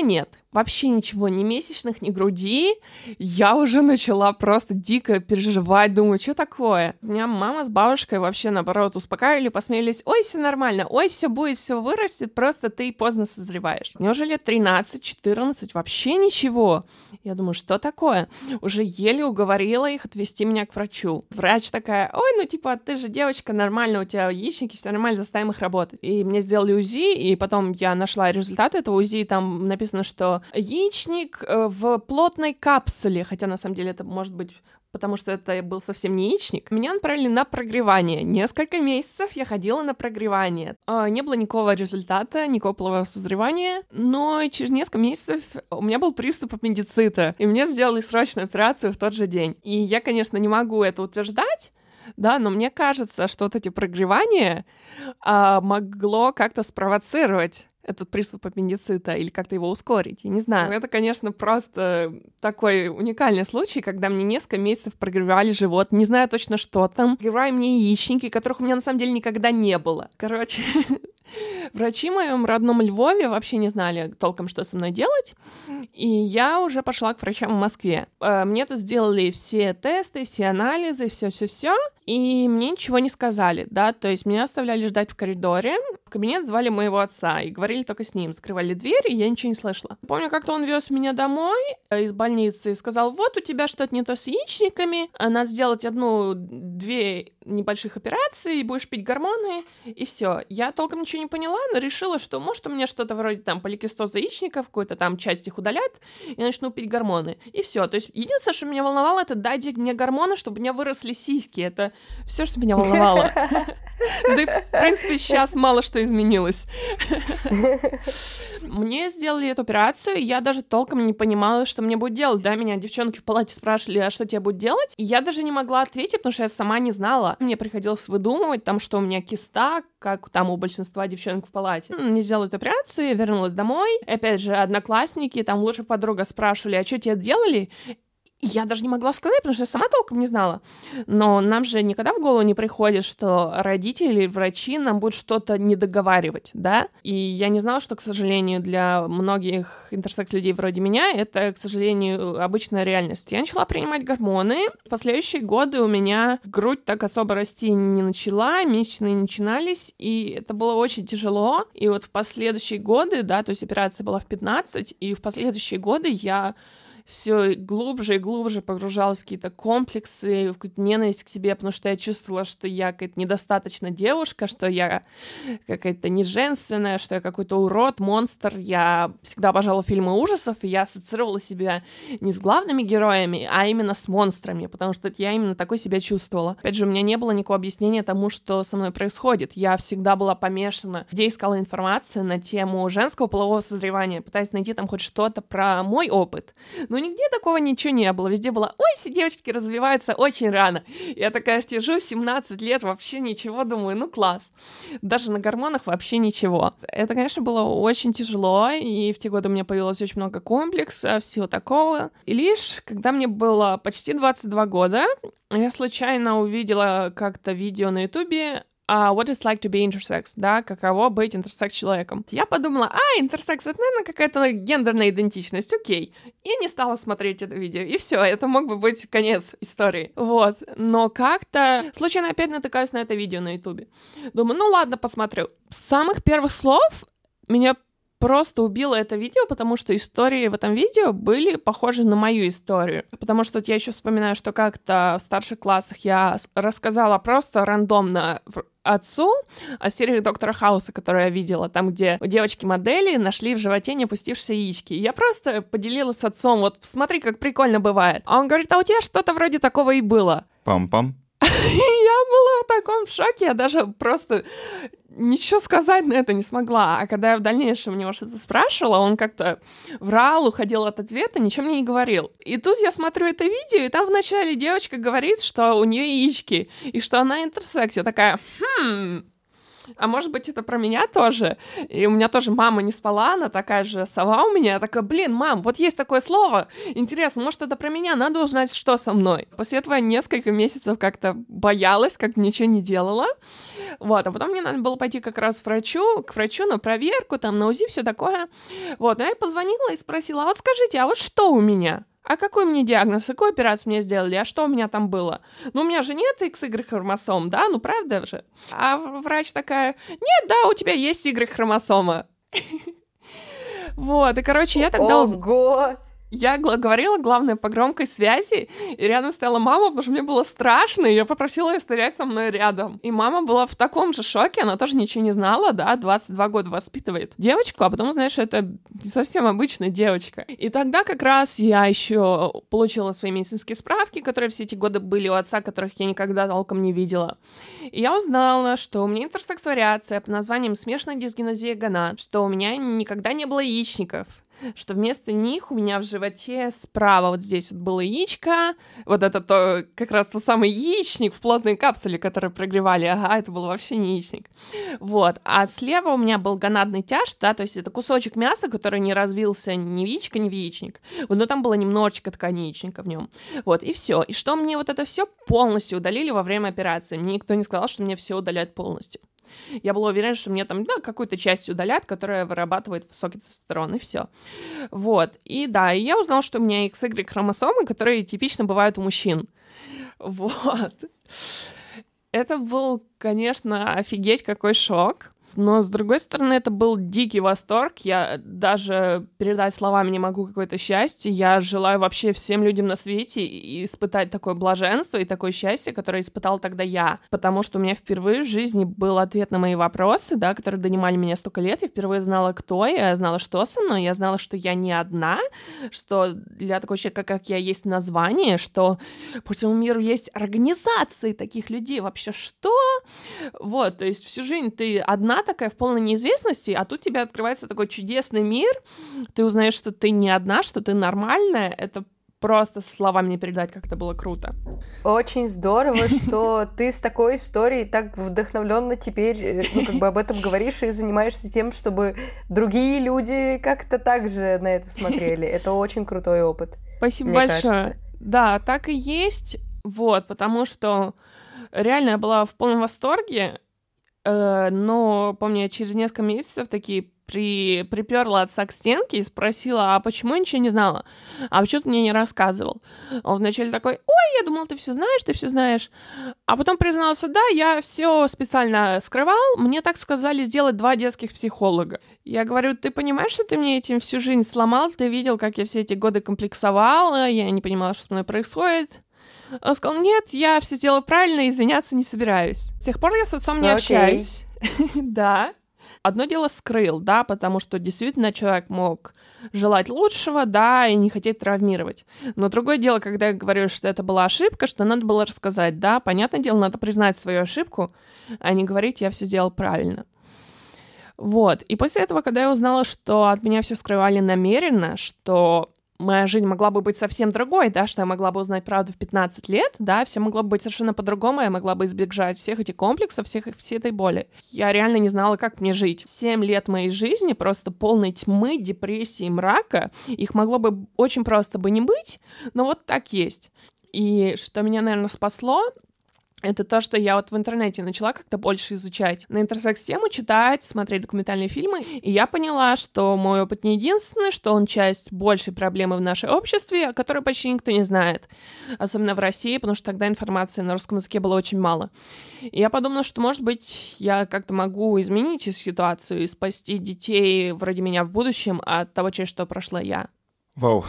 S2: вообще ничего, ни месячных, ни груди. Я уже начала просто дико переживать, думаю, что такое? У меня мама с бабушкой вообще, наоборот, успокаивали, посмеялись. Ой, все нормально, ой, все будет, все вырастет, просто ты поздно созреваешь. Мне уже лет тринадцать-четырнадцать, вообще ничего. Я думаю, что такое? Уже еле уговорила их отвезти меня к врачу. Врач такая, ой, ну типа, ты же девочка, нормально, у тебя яичники, все нормально, заставим их работать. И мне сделали УЗИ, и потом я нашла результаты этого УЗИ, и там написано, что яичник в плотной капсуле, хотя на самом деле это может быть... потому что это был совсем не яичник. Меня направили на прогревание. Несколько месяцев я ходила на прогревание. Не было никакого результата, никакого полового созревания, но через несколько месяцев у меня был приступ аппендицита, и мне сделали срочную операцию в тот же день. И я, конечно, не могу это утверждать, да, но мне кажется, что вот эти прогревания а, могло как-то спровоцировать этот приступ аппендицита или как-то его ускорить, я не знаю. Это, конечно, просто такой уникальный случай, когда мне несколько месяцев прогревали живот, не знаю точно, что там. Прогревали мне яичники, которых у меня на самом деле никогда не было. Короче, врачи в моем родном Львове вообще не знали толком, что со мной делать, и я уже пошла к врачам в Москве. Мне тут сделали все тесты, все анализы, все-все-все, и мне ничего не сказали, да, то есть меня оставляли ждать в коридоре, в кабинет звали моего отца и говорили только с ним, закрывали дверь, и я ничего не слышала. Помню, как-то он вез меня домой из больницы и сказал, вот у тебя что-то не то с яичниками, надо сделать одну-две небольших операции, будешь пить гормоны, и все. Я толком ничего не поняла, но решила, что может у меня что-то вроде там поликистоз яичников, какую-то там часть их удалят, и начну пить гормоны, и все. То есть единственное, что меня волновало, это дайте мне гормоны, чтобы у меня выросли сиськи, это все, что меня волновало. Да и, в принципе, сейчас мало что изменилось. Мне сделали эту операцию, и я даже толком не понимала, что мне будет делать. Да, меня девчонки в палате спрашивали, а что тебе будет делать? И я даже не могла ответить, потому что я сама не знала. Мне приходилось выдумывать, там, что у меня киста, как там у большинства девчонок в палате. Мне сделали эту операцию, я вернулась домой. И опять же, одноклассники, там, лучшая подруга спрашивали, а что тебе делали? Я даже не могла сказать, потому что я сама толком не знала. Но нам же никогда в голову не приходит, что родители, врачи нам будут что-то недоговаривать, да? И я не знала, что, к сожалению, для многих интерсекс-людей вроде меня это, к сожалению, обычная реальность. Я начала принимать гормоны. В последующие годы у меня грудь так особо расти не начала, месячные не начинались, и это было очень тяжело. И вот в последующие годы, да, то есть операция была в пятнадцать, и в последующие годы я все глубже и глубже погружалась в какие-то комплексы, в какую-то ненависть к себе, потому что я чувствовала, что я какая-то недостаточная девушка, что я какая-то неженственная, что я какой-то урод, монстр. Я всегда обожала фильмы ужасов, и я ассоциировала себя не с главными героями, а именно с монстрами, потому что я именно такой себя чувствовала. Опять же, у меня не было никакого объяснения тому, что со мной происходит. Я всегда была помешана, где искала информацию на тему женского полового созревания, пытаясь найти там хоть что-то про мой опыт. Но нигде такого ничего не было. Везде было, ой, все девочки развиваются очень рано. Я такая сижу, семнадцать лет, вообще ничего, думаю, ну класс. Даже на гормонах вообще ничего. Это, конечно, было очень тяжело, и в те годы у меня появилось очень много комплексов, всего такого. И лишь, когда мне было почти двадцать два года, я случайно увидела как-то видео на ютубе Uh, what it's like to be intersex, да, каково быть интерсекс-человеком. Я подумала, а, интерсекс, это, наверное, какая-то гендерная идентичность, окей. И не стала смотреть это видео, и все, это мог бы быть конец истории. Вот, но как-то случайно опять натыкаюсь на это видео на ютубе. Думаю, ну ладно, посмотрю. С самых первых слов меня просто убило это видео, потому что истории в этом видео были похожи на мою историю. Потому что вот я еще вспоминаю, что как-то в старших классах я рассказала просто рандомно отцу о серии Доктора Хауса, которую я видела, там, где у девочки-модели нашли в животе не опустившиеся яички. Я просто поделилась с отцом, вот смотри, как прикольно бывает. А он говорит, а у тебя что-то вроде такого и было.
S1: Пам-пам.
S2: Я была в таком шоке, я даже просто ничего сказать на это не смогла. А когда я в дальнейшем у него что-то спрашивала, он как-то врал, уходил от ответа, ничего мне не говорил. И тут я смотрю это видео, и там вначале девочка говорит, что у нее яички, и что она интерсекс. Я такая, хм, А может быть, это про меня тоже? И у меня тоже мама не спала, она такая же сова у меня. Я такая, блин, мам, вот есть такое слово. Интересно, может, это про меня? Надо узнать, что со мной. После этого я несколько месяцев как-то боялась, как-то ничего не делала. Вот, а потом мне надо было пойти как раз к врачу, к врачу на проверку, там, на УЗИ, все такое. Вот, но я позвонила и спросила, а вот скажите, а вот что у меня? А какой мне диагноз, какую операцию мне сделали, а что у меня там было? Ну, у меня же нет икс игрек-хромосом, да, ну правда же? А врач такая, нет, да, у тебя есть игрек-хромосома. Вот, и, короче, я тогда...
S3: Ого!
S2: Я гла- говорила, главное, по громкой связи, и рядом стояла мама, потому что мне было страшно, и я попросила ее стоять со мной рядом. И мама была в таком же шоке, она тоже ничего не знала, да, двадцать два года воспитывает девочку, а потом, знаешь, это совсем обычная девочка. И тогда как раз я еще получила свои медицинские справки, которые все эти годы были у отца, которых я никогда толком не видела. И я узнала, что у меня интерсекс-вариация под названием смешанная дисгенезия гонад, что у меня никогда не было яичников, что вместо них у меня в животе справа вот здесь вот было яичко, вот это то, как раз тот самый яичник в плотной капсуле, который прогревали, ага, это был вообще не яичник. Вот, а слева у меня был гонадный тяж, да, то есть это кусочек мяса, который не развился ни в яичко, ни в яичник, вот, но там было немножечко ткани яичника в нем, вот, и все. И что мне вот это все полностью удалили во время операции, мне никто не сказал, что мне все удаляют полностью. Я была уверена, что мне там, да, какую-то часть удалят, которая вырабатывает высокий тестостерон, и все. Вот. И да, и я узнала, что у меня икс игрек-хромосомы, которые типично бывают у мужчин. Вот. Это был, конечно, офигеть какой шок. Но, с другой стороны, это был дикий восторг. Я даже передать словами не могу какое-то счастье. Я желаю вообще всем людям на свете испытать такое блаженство и такое счастье, которое испытала тогда я. Потому что у меня впервые в жизни был ответ на мои вопросы, да, которые донимали меня столько лет. Я впервые знала, кто я, я знала, что со мной. Я знала, что я не одна, что для такого человека, как я, есть название, что по всему миру есть организации таких людей. Вообще что? Вот, то есть всю жизнь ты одна такая в полной неизвестности, а тут тебе открывается такой чудесный мир, ты узнаешь, что ты не одна, что ты нормальная, это просто словами не передать, как это было круто.
S3: Очень здорово, что ты с такой историей так вдохновленно теперь, ну, как бы об этом говоришь и занимаешься тем, чтобы другие люди как-то так же на это смотрели. Это очень крутой опыт.
S2: Спасибо
S3: мне
S2: большое.
S3: Кажется.
S2: Да, так и есть, вот, потому что реально я была в полном восторге, но, помню, я через несколько месяцев такие при... приперла отца к стенке и спросила, а почему я ничего не знала? А почему ты мне не рассказывал? Он вначале такой, ой, я думал, ты все знаешь, ты все знаешь. А потом признался, да, я все специально скрывал, мне так сказали сделать два детских психолога. Я говорю, ты понимаешь, что ты мне этим всю жизнь сломал? Ты видел, как я все эти годы комплексовала, я не понимала, что со мной происходит. Он сказал, нет, я все сделала правильно, и извиняться не собираюсь. С тех пор я с отцом не общаюсь. Да. Одно дело скрыл, да, потому что действительно человек мог желать лучшего, да, и не хотеть травмировать. Но другое дело, когда я говорю, что это была ошибка, что надо было рассказать, да, понятное дело, надо признать свою ошибку, а не говорить, я все сделал правильно. Вот. И после этого, когда я узнала, что от меня все скрывали намеренно, что моя жизнь могла бы быть совсем другой, да, что я могла бы узнать правду в пятнадцать лет, да, все могло бы быть совершенно по-другому, я могла бы избежать всех этих комплексов, всех, всей этой боли. Я реально не знала, как мне жить. Семь лет моей жизни просто полной тьмы, депрессии, мрака, их могло бы очень просто бы не быть, но вот так есть. И что меня, наверное, спасло, это то, что я вот в интернете начала как-то больше изучать на интерсекс-тему, читать, смотреть документальные фильмы, и я поняла, что мой опыт не единственный, что он часть большей проблемы в нашем обществе, о которой почти никто не знает, особенно в России, потому что тогда информации на русском языке было очень мало. И я подумала, что, может быть, я как-то могу изменить ситуацию и спасти детей вроде меня в будущем от того, через что прошла я.
S1: Вау.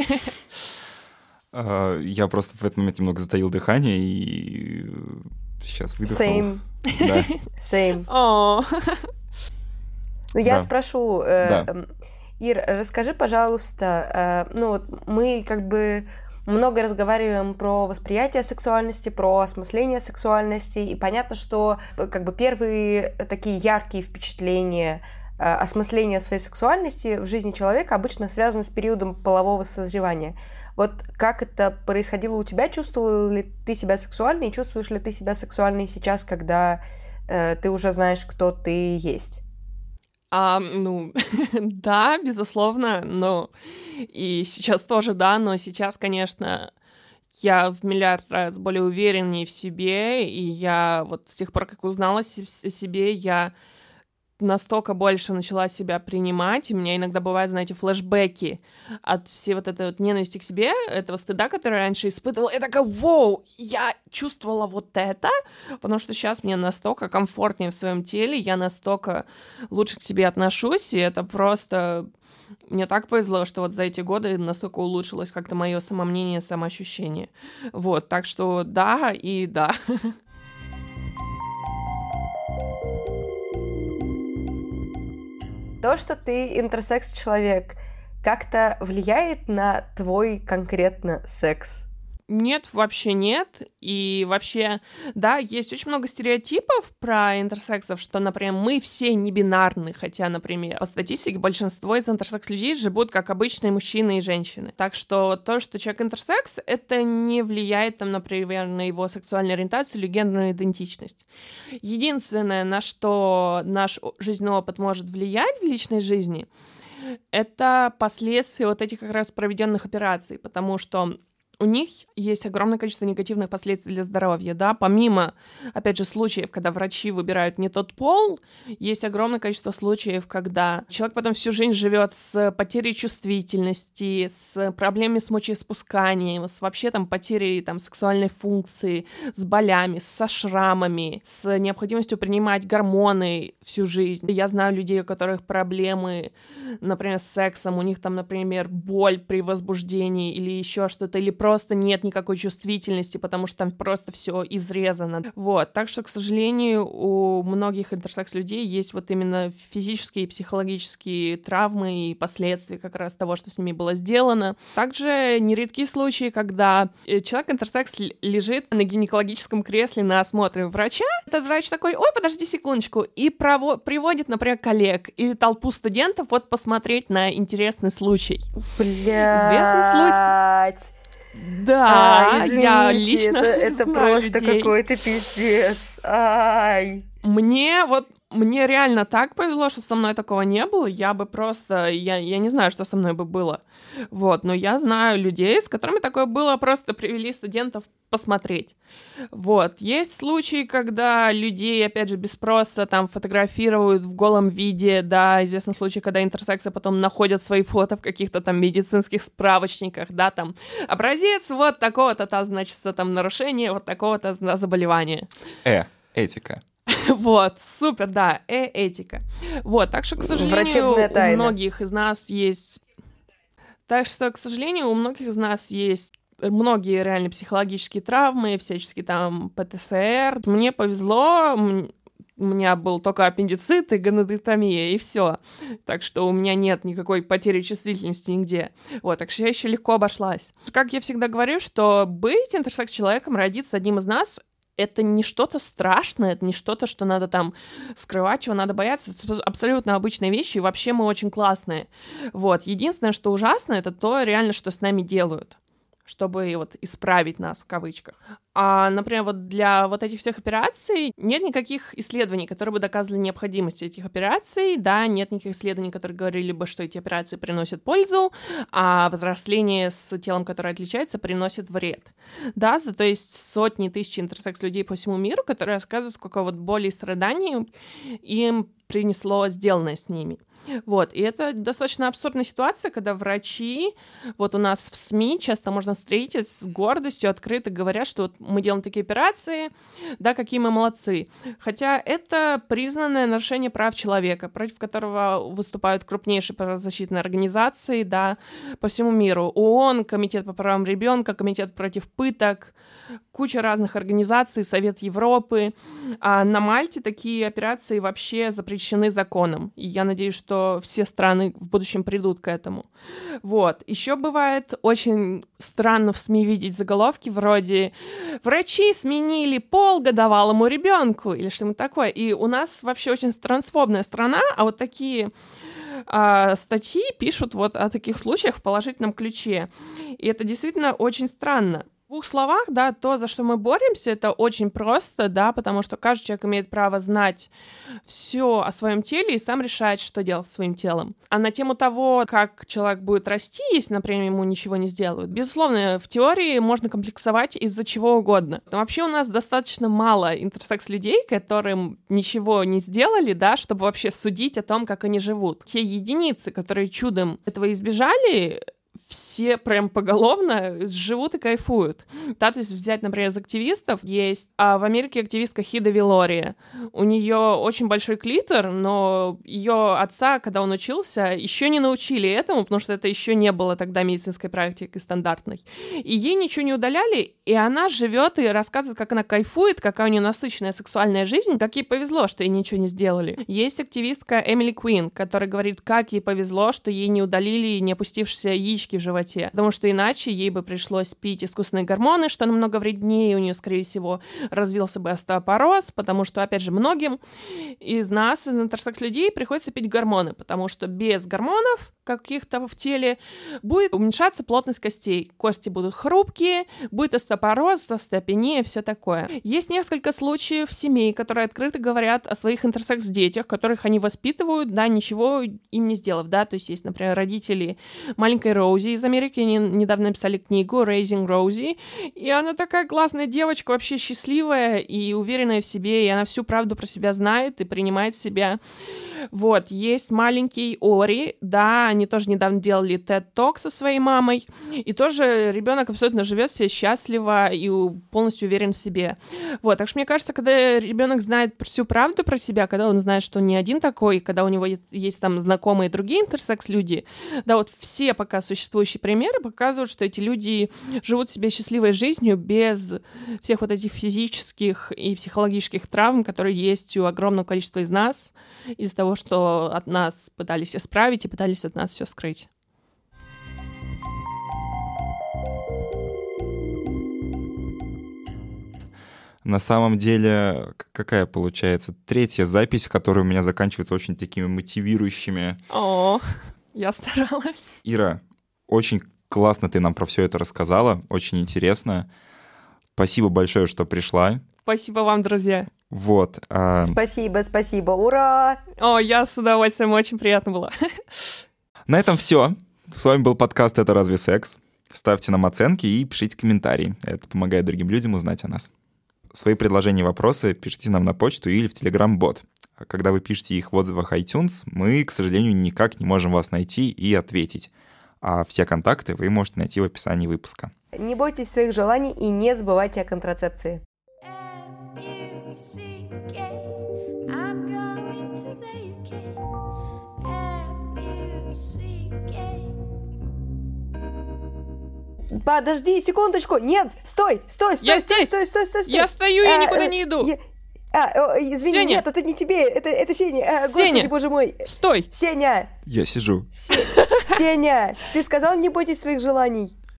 S1: Uh, я просто в этот момент немного затаил дыхание и сейчас выдохнул.
S3: Same.
S1: Да.
S3: Same.
S2: Oh.
S3: Ну, я
S1: да.
S3: спрошу, э,
S1: да.
S3: Ир, расскажи, пожалуйста, э, ну, мы как бы много разговариваем про восприятие сексуальности, про осмысление сексуальности, и понятно, что как бы первые такие яркие впечатления э, осмысления своей сексуальности в жизни человека обычно связаны с периодом полового созревания. Вот как это происходило у тебя? Чувствовал ли ты себя сексуальной? И чувствуешь ли ты себя сексуальной сейчас, когда э, ты уже знаешь, кто ты есть?
S2: А, ну, да, безусловно, но и сейчас тоже, да, но сейчас, конечно, я в миллиард раз более увереннее в себе, и я вот с тех пор, как узнала о себе, я настолько больше начала себя принимать, и у меня иногда бывают, знаете, флешбеки от всей вот этой вот ненависти к себе, этого стыда, который я раньше испытывала. Я такая, вау, я чувствовала вот это, потому что сейчас мне настолько комфортнее в своем теле, я настолько лучше к себе отношусь, и это просто... Мне так повезло, что вот за эти годы настолько улучшилось как-то мое самомнение, самоощущение. Вот, так что да и да.
S3: То, что ты интерсекс-человек, как-то влияет на твой конкретно секс?
S2: Нет, вообще нет. И вообще, да, есть очень много стереотипов про интерсексов, что, например, мы все не бинарны, хотя, например, по статистике большинство из интерсекс-людей живут как обычные мужчины и женщины. Так что то, что человек интерсекс, это не влияет, там, например, на его сексуальную ориентацию или гендерную идентичность. Единственное, на что наш жизненный опыт может влиять в личной жизни, это последствия вот этих как раз проведенных операций, потому что у них есть огромное количество негативных последствий для здоровья, да, помимо, опять же, случаев, когда врачи выбирают не тот пол, есть огромное количество случаев, когда человек потом всю жизнь живет с потерей чувствительности, с проблемами с мочеиспусканием, с вообще там потерей там сексуальной функции, с болями, со шрамами, с необходимостью принимать гормоны всю жизнь. Я знаю людей, у которых проблемы, например, с сексом, у них там, например, боль при возбуждении или еще что-то, или просто просто нет никакой чувствительности, потому что там просто все изрезано. Вот. Так что, к сожалению, у многих интерсекс-людей есть вот именно физические и психологические травмы и последствия как раз того, что с ними было сделано. Также нередки случаи, когда человек интерсекс лежит на гинекологическом кресле на осмотре у врача. Этот врач такой, ой, подожди секундочку, и прово- приводит, например, коллег или толпу студентов вот посмотреть на интересный случай.
S3: Блядь.
S2: Известный случай. Да,
S3: а, извините,
S2: я лично
S3: это, это
S2: знаю
S3: просто
S2: людей.
S3: какой-то пиздец. Ай.
S2: Мне вот, мне реально так повезло, что со мной такого не было. Я бы просто, я, я не знаю, что со мной бы было. Вот, но я знаю людей, с которыми такое было, просто привели студентов посмотреть. Вот, есть случаи, когда людей, опять же, без спроса там фотографируют в голом виде, да, известный случай, когда интерсексы потом находят свои фото в каких-то там медицинских справочниках, да, там, образец вот такого-то, там, значит, там, нарушение вот такого-то заболевания.
S1: Э, этика.
S2: Вот, супер, да, э, этика. Вот, так что, к сожалению, у многих из нас есть... Так что, к сожалению, у многих из нас есть многие реально психологические травмы, всяческие там пэ тэ эс эр. Мне повезло, у меня был только аппендицит и гонадоктомия, и все. Так что у меня нет никакой потери чувствительности нигде. Вот, так что я еще легко обошлась. Как я всегда говорю, что быть интерсекс-человеком, родиться одним из нас, это не что-то страшное, это не что-то, что надо там скрывать, чего надо бояться. Это абсолютно обычные вещи, и вообще мы очень классные. Вот. Единственное, что ужасно, это то реально, что с нами делают, чтобы вот исправить нас, в кавычках. А, например, вот для вот этих всех операций нет никаких исследований, которые бы доказывали необходимость этих операций, да, нет никаких исследований, которые говорили бы, что эти операции приносят пользу, а взросление с телом, которое отличается, приносит вред. Да, зато есть сотни тысяч интерсекс-людей по всему миру, которые рассказывают, сколько вот боли и страданий им принесло сделанное с ними. Вот, и это достаточно абсурдная ситуация, когда врачи, вот у нас в СМИ часто можно встретить с гордостью, открыто говорят, что вот мы делаем такие операции, да, какие мы молодцы. Хотя это признанное нарушение прав человека, против которого выступают крупнейшие правозащитные организации, да, по всему миру. ООН, Комитет по правам ребенка, Комитет против пыток, куча разных организаций, Совет Европы. А на Мальте такие операции вообще запрещены законом. И я надеюсь, что все страны в будущем придут к этому. Вот. Еще бывает очень странно в СМИ видеть заголовки вроде «Врачи сменили пол годовалому ребенку» или что-нибудь такое. И у нас вообще очень трансфобная страна, а вот такие... А статьи пишут вот о таких случаях в положительном ключе. И это действительно очень странно. В двух словах, да, то, за что мы боремся, это очень просто, да, потому что каждый человек имеет право знать все о своем теле и сам решать, что делать со своим телом. А на тему того, как человек будет расти, если, например, ему ничего не сделают, безусловно, в теории можно комплексовать из-за чего угодно. Но вообще у нас достаточно мало интерсекс-людей, которым ничего не сделали, да, чтобы вообще судить о том, как они живут. Те единицы, которые чудом этого избежали, все прям поголовно живут и кайфуют. Да, то есть взять, например, из активистов, есть а в Америке активистка Хида Вилория. У нее очень большой клитор, но ее отца, когда он учился, еще не научили этому, потому что это еще не было тогда медицинской практикой стандартной. И ей ничего не удаляли, и она живет и рассказывает, как она кайфует, какая у нее насыщенная сексуальная жизнь, как ей повезло, что ей ничего не сделали. Есть активистка Эмили Куин, которая говорит, как ей повезло, что ей не удалили не опустившиеся яички в животе, потому что иначе ей бы пришлось пить искусственные гормоны, что намного вреднее, у нее, скорее всего, развился бы остеопороз, потому что, опять же, многим из нас, из интерсекс-людей, приходится пить гормоны, потому что без гормонов каких-то в теле будет уменьшаться плотность костей. Кости будут хрупкие, будет остеопороз, остеопения, все такое. Есть несколько случаев семей, которые открыто говорят о своих интерсекс-детях, которых они воспитывают, да, ничего им не сделав, да, то есть есть, например, родители маленькой Роузи из Америки, они недавно написали книгу «Raising Rosie», и она такая классная девочка, вообще счастливая и уверенная в себе, и она всю правду про себя знает и принимает себя. Вот, есть маленький Ори, да, они тоже недавно делали TED-ток со своей мамой, и тоже ребенок абсолютно живет себе счастливо и полностью уверен в себе. Вот, так что мне кажется, когда ребенок знает всю правду про себя, когда он знает, что он не один такой, когда у него есть там знакомые другие интерсекс-люди, да, вот все пока существующие примеры показывают, что эти люди живут себе счастливой жизнью без всех вот этих физических и психологических травм, которые есть у огромного количества из нас, из-за того, что от нас пытались исправить и пытались от нас все скрыть.
S1: На самом деле, какая получается третья запись, которая у меня заканчивается очень такими мотивирующими.
S2: О, я старалась.
S1: Ира, очень классно ты нам про все это рассказала, очень интересно. Спасибо большое, что пришла.
S2: Спасибо вам, друзья.
S1: Вот. А...
S3: Спасибо, спасибо, ура!
S2: О, я с удовольствием, очень приятно было.
S1: На этом все. С вами был подкаст «Это разве секс?». Ставьте нам оценки и пишите комментарии. Это помогает другим людям узнать о нас. Свои предложения и вопросы пишите нам на почту или в Telegram-бот. Когда вы пишете их в отзывах iTunes, мы, к сожалению, никак не можем вас найти и ответить. А все контакты вы можете найти в описании выпуска.
S3: Не бойтесь своих желаний и не забывайте о контрацепции. Подожди секундочку! Нет! Стой! Стой! Стой!
S2: Я
S3: стой!
S2: здесь!
S3: Стой! Стой! Стой! Стой!
S2: Я стою, я никуда не иду!
S3: Я... А, о, извини,
S2: Сеня.
S3: Нет, это не тебе, это, это Сеня. А,
S2: Сеня.
S3: Господи, боже мой.
S2: Стой!
S3: Сеня!
S1: Я сижу.
S3: Се... Сеня, ты сказал, не бойтесь своих желаний.